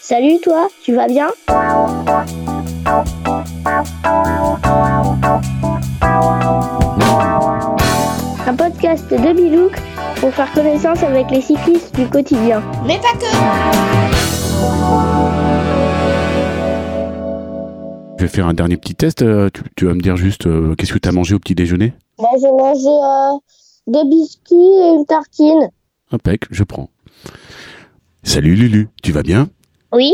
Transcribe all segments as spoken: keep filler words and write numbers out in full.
Salut toi, tu vas bien? Un podcast de Bilouk pour faire connaissance avec les cyclistes du quotidien. Mais pas que! Je vais faire un dernier petit test. Tu, tu vas me dire juste euh, qu'est-ce que tu as mangé au petit déjeuner? Ben, j'ai mangé euh, deux biscuits et une tartine. Impec, je prends. Salut Lulu, tu vas bien? Oui,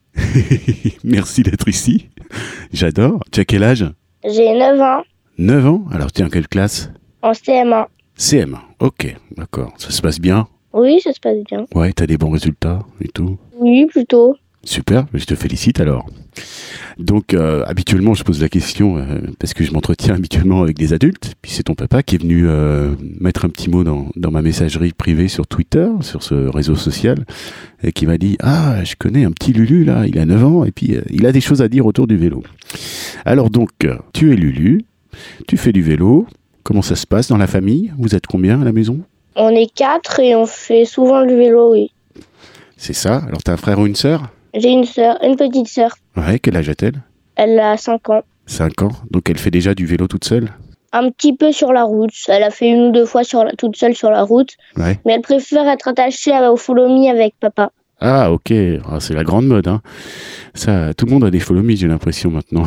Merci d'être ici. J'adore. Tu as quel âge? j'ai neuf ans, neuf ans? Alors tu es en quelle classe? en C M un. C M un, ok, d'accord. Ça se passe bien? Oui, ça se passe bien. Ouais, t'as des bons résultats et tout? Oui, plutôt. Super, je te félicite alors. Donc, euh, habituellement, je pose la question euh, parce que je m'entretiens habituellement avec des adultes. Puis c'est ton papa qui est venu euh, mettre un petit mot dans, dans ma messagerie privée sur Twitter, sur ce réseau social, et qui m'a dit « Ah, je connais un petit Lulu là, il a neuf ans et puis euh, il a des choses à dire autour du vélo. » Alors donc, euh, tu es Lulu, tu fais du vélo. Comment ça se passe dans la famille? Vous êtes combien à la maison? On est quatre et on fait souvent du vélo, oui. C'est ça. Alors, t'as un frère ou une sœur? J'ai une sœur, une petite sœur. Ouais, quel âge a-t-elle? Elle a cinq ans. cinq ans. Donc, elle fait déjà du vélo toute seule? Un petit peu sur la route. Elle a fait une ou deux fois sur la, toute seule sur la route. Ouais. Mais elle préfère être attachée au follow me avec papa. Ah, ok. Ah, c'est la grande mode, hein. Ça, tout le monde a des follow me, j'ai l'impression, maintenant.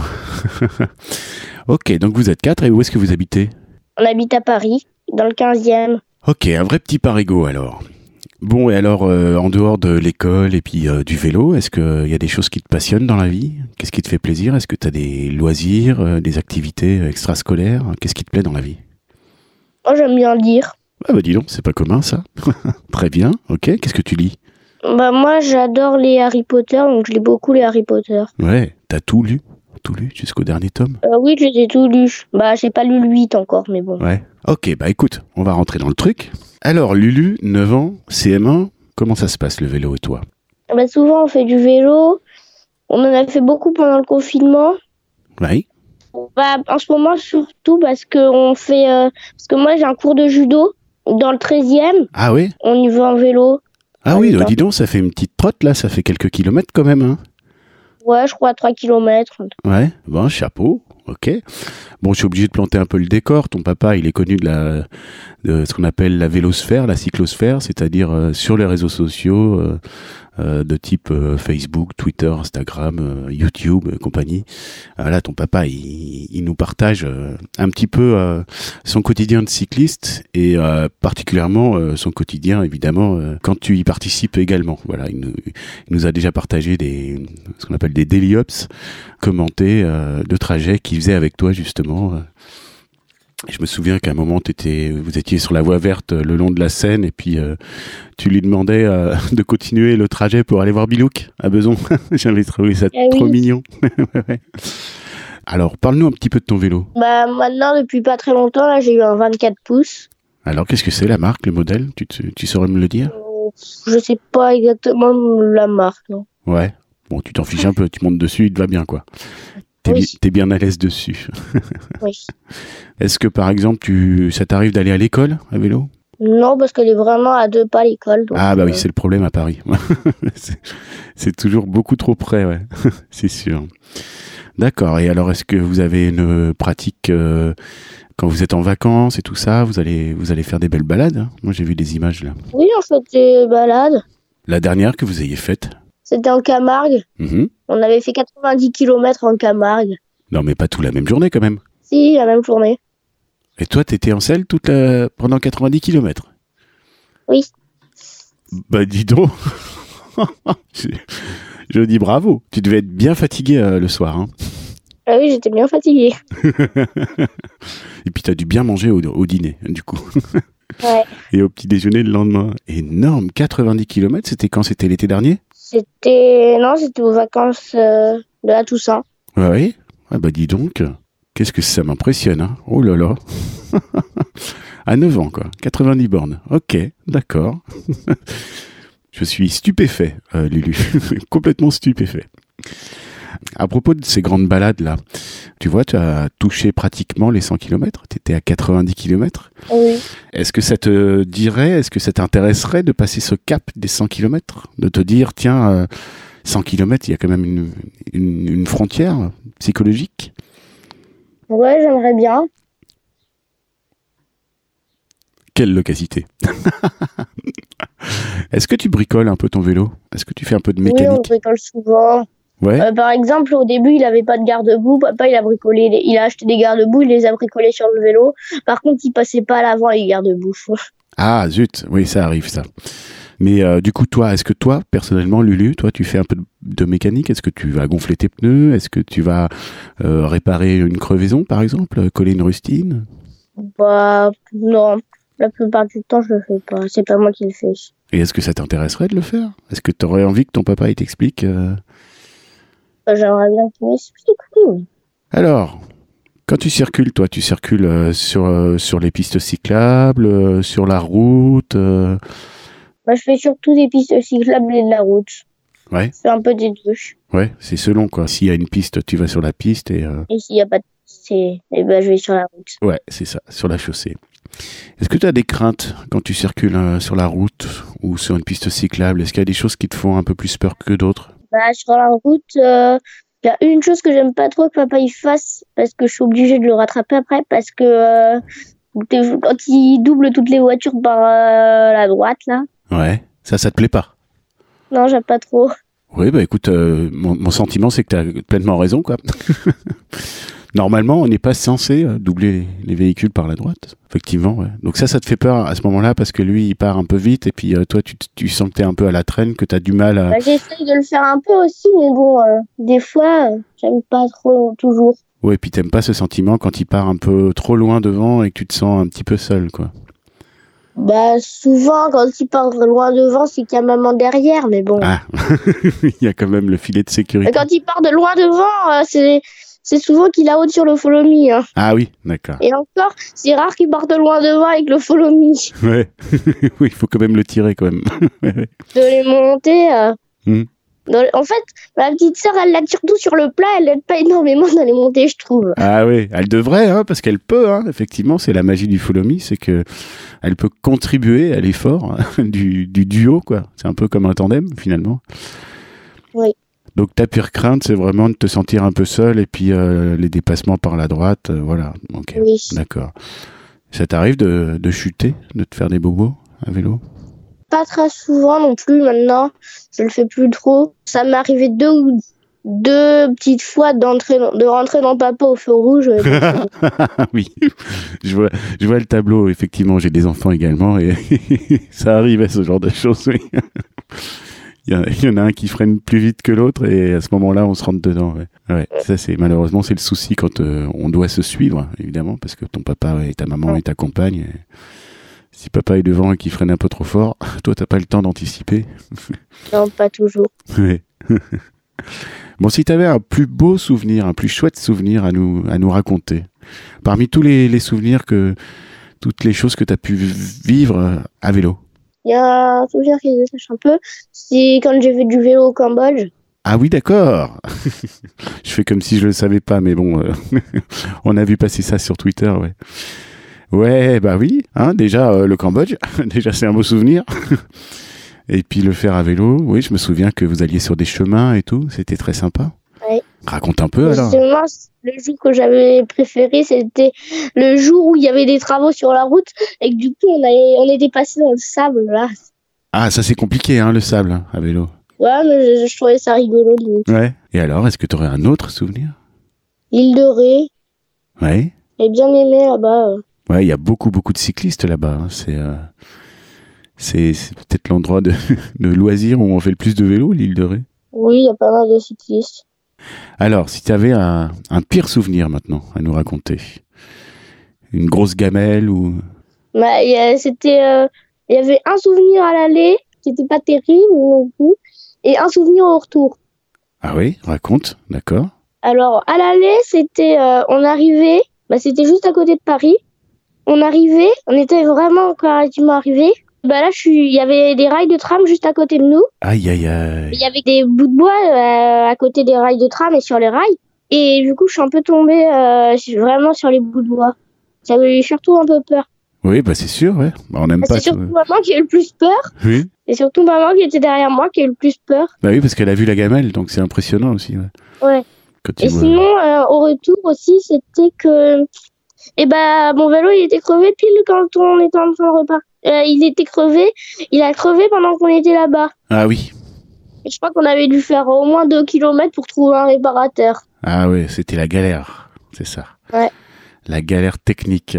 Ok, donc vous êtes quatre. Et où est-ce que vous habitez? On habite à Paris, dans le quinzième. Ok, un vrai petit parigot, alors. Bon, et alors, euh, en dehors de l'école et puis euh, du vélo, est-ce qu'il y a des choses qui te passionnent dans la vie? Qu'est-ce qui te fait plaisir? Est-ce que tu as des loisirs, euh, des activités extrascolaires? Qu'est-ce qui te plaît dans la vie? Moi, j'aime bien lire. Ah bah dis donc, c'est pas commun ça. Très bien, ok. Qu'est-ce que tu lis? Bah, moi, j'adore les Harry Potter, donc je lis beaucoup les Harry Potter. Ouais, t'as tout lu? Tout lu jusqu'au dernier tome? Euh, oui, je les ai tous lus. Bah, j'ai pas lu le huit encore, mais bon. Ouais. Ok, bah écoute, on va rentrer dans le truc. Alors, Lulu, neuf ans, C M un, comment ça se passe le vélo et toi? Bah, souvent, on fait du vélo. On en a fait beaucoup pendant le confinement. Oui. Bah, en ce moment, surtout parce que on fait... euh, parce que moi, j'ai un cours de judo dans le treizième. Ah oui? On y va en vélo. Ah En oui, même bah temps. dis donc, ça fait une petite trotte là, ça fait quelques kilomètres quand même, hein? Ouais, je crois trois kilomètres. Ouais, bon, chapeau, ok. Bon, je suis obligé de planter un peu le décor. Ton papa, il est connu de, la, de ce qu'on appelle la vélosphère, la cyclosphère, c'est-à-dire euh, sur les réseaux sociaux euh, euh, de type euh, Facebook, Twitter, Instagram, euh, YouTube, euh, compagnie. Euh, là, ton papa, il, il nous partage euh, un petit peu euh, son quotidien de cycliste et euh, particulièrement euh, son quotidien, évidemment, euh, quand tu y participes également. Voilà, il nous, il nous a déjà partagé des, ce qu'on appelle des daily ups, commentés euh, de trajets qu'il faisait avec toi, justement. Je me souviens qu'à un moment, t'étais, vous étiez sur la voie verte le long de la Seine et puis euh, tu lui demandais euh, de continuer le trajet pour aller voir Bilouk à Besançon. J'avais trouvé ça Eh trop oui. mignon. Ouais. Alors, parle-nous un petit peu de ton vélo. Bah, maintenant, depuis pas très longtemps, là, j'ai eu un vingt-quatre pouces. Alors, qu'est-ce que c'est la marque, le modèle? Tu, te- tu saurais me le dire? Euh, Je sais pas exactement la marque, non. Ouais. Bon, tu t'en fiches un peu, tu montes dessus, il te va bien, quoi. T'es, Oui. bi- t'es bien à l'aise dessus. Oui. Est-ce que, par exemple, tu, ça t'arrive d'aller à l'école à vélo? Non, parce qu'elle est vraiment à deux pas l'école. donc, Ah bah oui, euh, c'est le problème à Paris. c'est, c'est toujours beaucoup trop près, ouais. C'est sûr. D'accord. Et alors, est-ce que vous avez une pratique euh, quand vous êtes en vacances et tout ça? Vous allez, vous allez faire des belles balades, hein? Moi, j'ai vu des images là. Oui, on fait des balades. La dernière que vous ayez faite? C'était en Camargue. Mhm. On avait fait quatre-vingt-dix kilomètres en Camargue. Non, mais pas tout la même journée quand même. Si, la même journée. Et toi, t'étais en selle toute la... pendant quatre-vingt-dix kilomètres? Oui. Bah dis donc. je, je dis bravo. Tu devais être bien fatigué euh, le soir, hein. Ah oui, j'étais bien fatiguée. Et puis t'as dû bien manger au, au dîner, du coup. Ouais. Et au petit déjeuner le lendemain. Énorme, quatre-vingt-dix kilomètres, c'était quand? C'était l'été dernier? C'était... Non, c'était aux vacances euh, de la Toussaint. Ouais, oui. Ah bah dis donc, qu'est-ce que ça m'impressionne, hein. Oh là là. À neuf ans, quoi. quatre-vingt-dix bornes. Ok, d'accord. Je suis stupéfait, euh, Lulu. Complètement stupéfait. À propos de ces grandes balades-là, tu vois, tu as touché pratiquement les cent kilomètres. Tu étais à quatre-vingt-dix kilomètres. Oui. Est-ce que ça te dirait, est-ce que ça t'intéresserait de passer ce cap des cent kilomètres? De te dire, tiens, euh, cent kilomètres, il y a quand même une, une, une frontière psychologique. Ouais, j'aimerais bien. Quelle loquacité. Est-ce que tu bricoles un peu ton vélo? Est-ce que tu fais un peu de mécanique? Oui, on bricole souvent. Ouais. Euh, par exemple, au début, il avait pas de garde-boue. Papa, il a bricolé, les- il a acheté des garde-boue, il les a bricolés sur le vélo. Par contre, il passait pas à l'avant les garde-boue. Ah zut, oui, ça arrive ça. Mais euh, du coup, toi, est-ce que toi, personnellement, Lulu, toi, tu fais un peu de, de mécanique? Est-ce que tu vas gonfler tes pneus? Est-ce que tu vas euh, réparer une crevaison, par exemple? Coller une rustine? Bah, non. La plupart du temps, je le fais pas. C'est pas moi qui le fais. Et est-ce que ça t'intéresserait de le faire? Est-ce que tu aurais envie que ton papa il t'explique euh... Bah, j'aimerais bien qu'il m'explique, oui. Alors, quand tu circules, toi, tu circules euh, sur, euh, sur les pistes cyclables, euh, sur la route euh... Bah, je fais surtout des pistes cyclables et de la route. Ouais. Je fais un peu des deux. Ouais, c'est selon quoi. S'il y a une piste, tu vas sur la piste et... Euh... Et s'il y a pas de piste, c'est... eh ben, je vais sur la route. Ouais, c'est ça, sur la chaussée. Est-ce que tu as des craintes quand tu circules euh, sur la route ou sur une piste cyclable? Est-ce qu'il y a des choses qui te font un peu plus peur que d'autres? Bah, sur la route, il euh, y a une chose que j'aime pas trop que papa il fasse parce que je suis obligée de le rattraper après parce que euh, quand il double toutes les voitures par euh, la droite là. Ouais, ça, ça te plaît pas? Non, j'aime pas trop. Oui, bah écoute, euh, mon, mon sentiment c'est que tu as pleinement raison, quoi. Normalement, on n'est pas censé euh, doubler les, les véhicules par la droite. Effectivement, ouais. Donc ça, ça te fait peur à ce moment-là parce que lui, il part un peu vite et puis euh, toi, tu, tu sens que t'es un peu à la traîne, que t'as du mal à... Bah, j'essaye de le faire un peu aussi, mais bon, euh, des fois, euh, j'aime pas trop toujours. Ouais, et puis t'aimes pas ce sentiment quand il part un peu trop loin devant et que tu te sens un petit peu seul, quoi. Bah, souvent, quand il part loin devant, c'est qu'il y a maman derrière, mais bon. Ah, il y a quand même le filet de sécurité. Mais quand il part de loin devant, euh, c'est, c'est souvent qu'il a haute sur le follow me. Hein. Ah oui, d'accord. Et encore, c'est rare qu'il parte de loin devant avec le follow me. Ouais, oui, il faut quand même le tirer quand même. De les monter. Euh, mm. dans, en fait, ma petite sœur, elle l'aide surtout sur le plat, elle l'aide pas énormément dans les montées, je trouve. Ah oui, elle devrait, hein, parce qu'elle peut, hein, effectivement, c'est la magie du follow me, c'est que elle peut contribuer à l'effort hein, du, du duo, quoi. C'est un peu comme un tandem, finalement. Oui. Donc ta pire crainte, c'est vraiment de te sentir un peu seul et puis euh, les dépassements par la droite, euh, voilà. Ok, oui. D'accord. Ça t'arrive de, de chuter, de te faire des bobos à vélo? Pas très souvent non plus maintenant, je le fais plus trop. Ça m'est arrivé deux ou deux petites fois d'entrer, de rentrer dans papa au feu rouge. Oui, je vois, je vois le tableau. Effectivement, j'ai des enfants également et ça arrive à ce genre de choses. Oui. Il y, a, il y en a un qui freine plus vite que l'autre et à ce moment-là, on se rentre dedans. Ouais. Ouais, ça, c'est malheureusement c'est le souci quand euh, on doit se suivre, évidemment, parce que ton papa et ta maman et ta compagne. Et si papa est devant et qu'il freine un peu trop fort, toi, t'as pas le temps d'anticiper. Non, pas toujours. Ouais. Bon, si tu avais un plus beau souvenir, un plus chouette souvenir à nous, à nous raconter, parmi tous les, les souvenirs, que toutes les choses que tu as pu vivre à vélo. Il y a un souvenir qui se détache un peu, c'est quand j'ai fait du vélo au Cambodge. Ah oui, d'accord. Je fais comme si je le savais pas, mais bon, euh, on a vu passer ça sur Twitter, ouais. Ouais, bah oui, hein, déjà euh, le Cambodge, déjà c'est un beau souvenir. Et puis le faire à vélo, oui, je me souviens que vous alliez sur des chemins et tout, c'était très sympa. Oui. Raconte un peu alors. Justement, le jour que j'avais préféré, c'était le jour où il y avait des travaux sur la route et que du coup on, allait, on était passé dans le sable là. Ah, ça c'est compliqué, hein, le sable hein, à vélo. Ouais, mais je, je trouvais ça rigolo. Donc. Ouais. Et alors, est-ce que tu aurais un autre souvenir? L'île de Ré. Ouais. J'ai bien aimé là-bas. Ouais, il y a beaucoup, beaucoup de cyclistes là-bas. Hein. C'est, euh, c'est, c'est peut-être l'endroit de, de loisirs où on fait le plus de vélo, l'île de Ré. Oui, il y a pas mal de cyclistes. Alors, si tu avais un, un pire souvenir maintenant à nous raconter, une grosse gamelle ou... Bah, y a, c'était, il euh, y avait un souvenir à l'aller qui n'était pas terrible non plus, et un souvenir au retour. Ah oui, raconte, d'accord. Alors, à l'aller, c'était, euh, on arrivait, bah, c'était juste à côté de Paris. On arrivait, on était vraiment relativement arrivés. Bah là, il y avait des rails de tram juste à côté de nous. Aïe, aïe, aïe. Il y avait des bouts de bois euh, à côté des rails de tram et sur les rails. Et du coup, je suis un peu tombée euh, vraiment sur les bouts de bois. J'avais surtout un peu peur. Oui, bah c'est sûr, ouais. Bah, on n'aime Bah, pas. c'est tout- surtout maman qui a eu le plus peur. Oui. C'est surtout maman qui était derrière moi qui a eu le plus peur. Bah oui, parce qu'elle a vu la gamelle, donc c'est impressionnant aussi. Ouais. Ouais. Quand tu Et vois- sinon, euh, au retour aussi, c'était que... Et bah, mon vélo, il était crevé pile quand on était en train de repartir. Euh, il était crevé. Il a crevé pendant qu'on était là-bas. Ah oui. Et je crois qu'on avait dû faire au moins deux kilomètres pour trouver un réparateur. Ah ouais, c'était la galère, c'est ça. Ouais. La galère technique.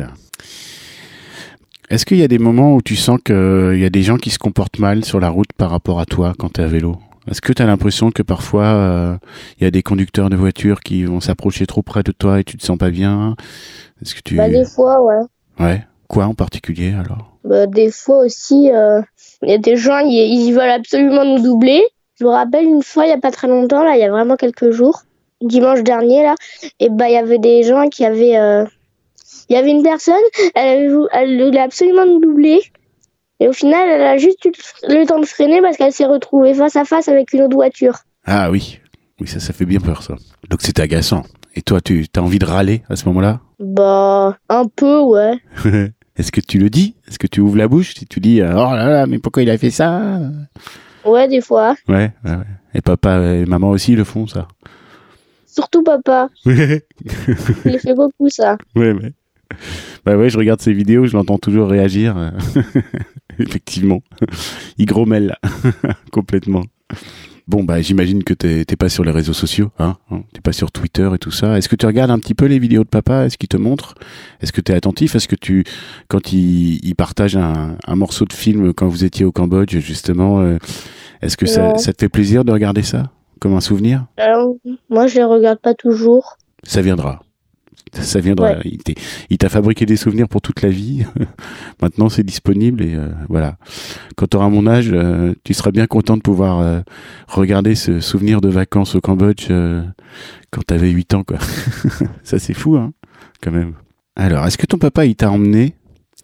Est-ce qu'il y a des moments où tu sens qu'il y a des gens qui se comportent mal sur la route par rapport à toi quand tu es à vélo ? Est-ce que tu as l'impression que parfois euh, il y a des conducteurs de voitures qui vont s'approcher trop près de toi et tu te sens pas bien ? Est-ce que tu... Bah, des fois, ouais. Ouais. Quoi en particulier alors ? Bah, des fois aussi, euh, il y a des gens, ils, ils veulent absolument nous doubler. Je me rappelle une fois, il n'y a pas très longtemps, là, il y a vraiment quelques jours, dimanche dernier, là, et bah, il y avait des gens qui avaient... euh, Il y avait une personne, elle, avait, vou- elle voulait absolument nous doubler. Et au final, elle a juste eu le temps de freiner parce qu'elle s'est retrouvée face à face avec une autre voiture. Ah oui. Oui, ça, ça fait bien peur ça. Donc c'est agaçant. Et toi, tu as envie de râler à ce moment-là ? Bah, un peu, ouais. Est-ce que tu le dis ? Est-ce que tu ouvres la bouche ? Si tu dis euh, oh là là, mais pourquoi il a fait ça ? Ouais, des fois. Ouais, ouais, ouais. Et papa et maman aussi le font ça. Surtout papa. Ouais, Il fait beaucoup, ça. ouais. Bah ouais, je regarde ces vidéos, je l'entends toujours réagir. Effectivement. Il grommelle là. Complètement. Bon, bah j'imagine que t'es, t'es pas sur les réseaux sociaux, hein, hein t'es pas sur Twitter et tout ça. Est-ce que tu regardes un petit peu les vidéos de papa ? Est-ce qu'il te montre ? Est-ce que t'es attentif ? Est-ce que tu, quand il, il partage un, un morceau de film quand vous étiez au Cambodge, justement, euh, est-ce que ça, Ouais. ça te fait plaisir de regarder ça comme un souvenir ? Alors, moi, je les regarde pas toujours. Ça viendra. Ça viendra. Ouais. Il, t'est- il t'a fabriqué des souvenirs pour toute la vie. Maintenant, c'est disponible et euh, voilà. Quand tu auras mon âge, euh, tu seras bien content de pouvoir euh, regarder ce souvenir de vacances au Cambodge euh, quand tu avais huit ans, quoi. Ça, c'est fou, hein, quand même. Alors, est-ce que ton papa, il t'a emmené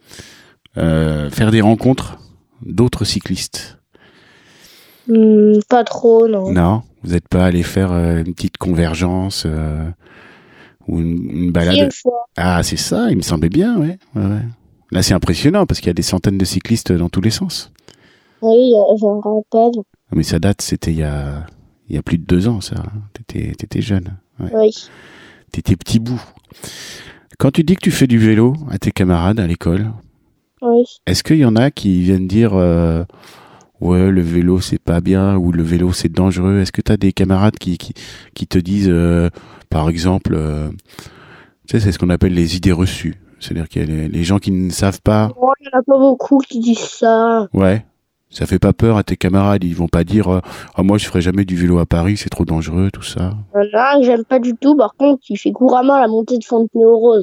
euh, faire des rencontres d'autres cyclistes ? Hmm, pas trop, non. Non, vous n'êtes pas allé faire euh, une petite convergence euh, ou une, une balade. Si, une fois. Ah, c'est ça, il me semblait bien, ouais. ouais, ouais. Là, c'est impressionnant parce qu'il y a des centaines de cyclistes dans tous les sens. Oui, euh, je me rappelle. Ah, mais ça date, c'était il y a, il y a plus de deux ans, ça. T'étais, t'étais jeune. Ouais. Oui. T'étais petit bout. Quand tu dis que tu fais du vélo à tes camarades à l'école, Oui. est-ce qu'il y en a qui viennent dire euh, ouais, le vélo c'est pas bien ou le vélo c'est dangereux ? Est-ce que tu as des camarades qui, qui, qui te disent, euh, par exemple, euh, tu sais, c'est ce qu'on appelle les idées reçues. C'est-à-dire qu'il y a les, les gens qui ne savent pas. Moi, il n'y en a pas beaucoup qui disent ça. Ouais. Ça fait pas peur à tes camarades. Ils vont pas dire euh, ah, moi je ferai jamais du vélo à Paris, c'est trop dangereux, tout ça. Il y en a un que j'aime pas du tout, par contre, il fait couramment la montée de Fontenay-aux-Roses.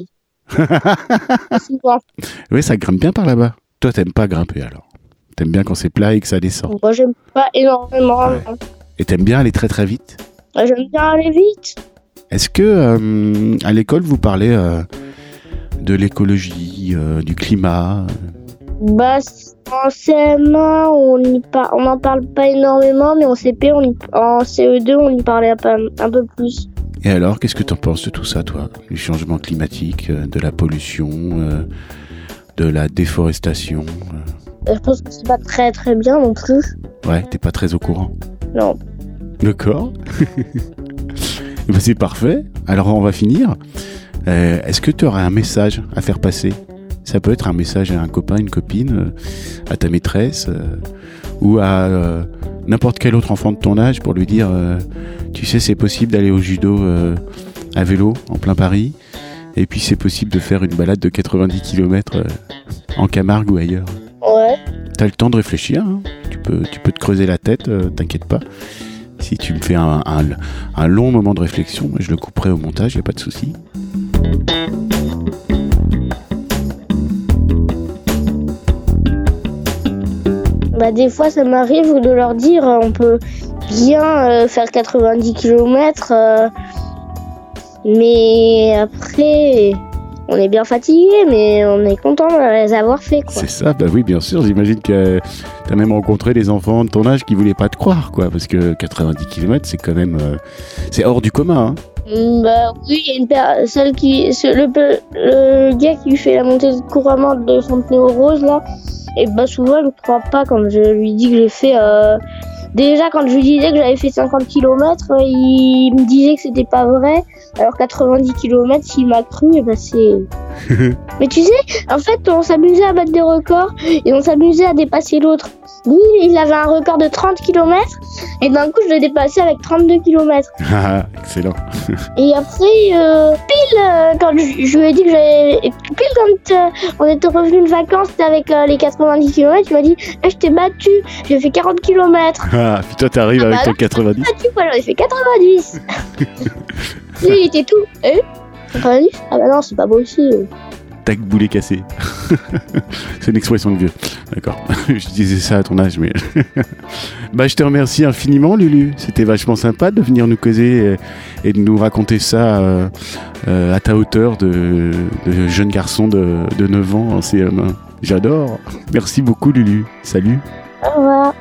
Souvent. Oui, ça grimpe bien par là-bas. Toi, t'aimes pas grimper alors. T'aimes bien quand c'est plat et que ça descend. Moi, j'aime pas énormément. Ouais. Et t'aimes bien aller très très vite. Ouais, j'aime bien aller vite. Est-ce que euh, à l'école vous parlez euh, de l'écologie, euh, du climat euh, Bah, en C M un, on y par- on n'en parle pas énormément, mais en C P, on y- en C E deux, on y parlait un peu, un peu plus. Et alors, qu'est-ce que t'en penses de tout ça, toi ? Du changement climatique, euh, de la pollution, euh, de la déforestation euh... Je pense que c'est pas très très bien non plus. Ouais, t'es pas très au courant. Non. D'accord. Ben, c'est parfait. Alors, on va finir. Euh, est-ce que tu aurais un message à faire passer ? Ça peut être un message à un copain, une copine, euh, à ta maîtresse, euh, ou à euh, n'importe quel autre enfant de ton âge pour lui dire euh, tu sais, c'est possible d'aller au judo euh, à vélo en plein Paris, et puis c'est possible de faire une balade de quatre-vingt-dix kilomètres euh, en Camargue ou ailleurs. Ouais. T'as le temps de réfléchir, hein. tu, peux, tu peux te creuser la tête, euh, t'inquiète pas. Si tu me fais un, un, un long moment de réflexion, je le couperai au montage, y a pas de souci. Bah, des fois, ça m'arrive de leur dire euh, on peut bien euh, faire quatre-vingt-dix kilomètres, euh, mais après, on est bien fatigué, mais on est content de les avoir fait, quoi. C'est ça, bah oui, bien sûr. J'imagine que t'as même rencontré des enfants de ton âge qui voulaient pas te croire, quoi, parce que quatre-vingt-dix kilomètres, c'est quand même, euh, c'est hors du commun. Hein. Mm, Bah oui, il y a une per- celle qui, ce- le, pe- le gars qui fait la montée de couramment de Fontenay-aux-Roses là, et bah souvent il ne croit pas quand je lui dis que j'ai fait. euh, Déjà quand je lui disais que j'avais fait cinquante kilomètres, il me disait que c'était pas vrai, alors quatre-vingt-dix kilomètres, s'il m'a cru, et bah c'est. Mais tu sais, en fait, on s'amusait à battre des records et on s'amusait à dépasser l'autre. Lui, il avait un record de trente kilomètres et d'un coup, je l'ai dépassé avec trente-deux kilomètres. Ah, excellent. Et après, euh, pile, euh, quand je, je lui ai dit que j'avais. Pile quand euh, on était revenu de vacances avec euh, les quatre-vingt-dix kilomètres, il m'a dit eh, je t'ai battu, j'ai fait quarante kilomètres. Ah, puis toi, t'arrives Ah avec bah ton là, quatre-vingt-dix. Battu, moi j'en ai fait quatre-vingt-dix. Lui, il était tout. Eh quatre-vingt-dix Ah bah non, c'est pas possible. Tac, boulet cassé. C'est une expression de vieux. D'accord. Je disais ça à ton âge, mais. Bah, je te remercie infiniment, Lulu. C'était vachement sympa de venir nous causer et, et de nous raconter ça euh, euh, à ta hauteur de, de jeune garçon de, de neuf ans en C M un. J'adore. Merci beaucoup, Lulu. Salut. Au revoir.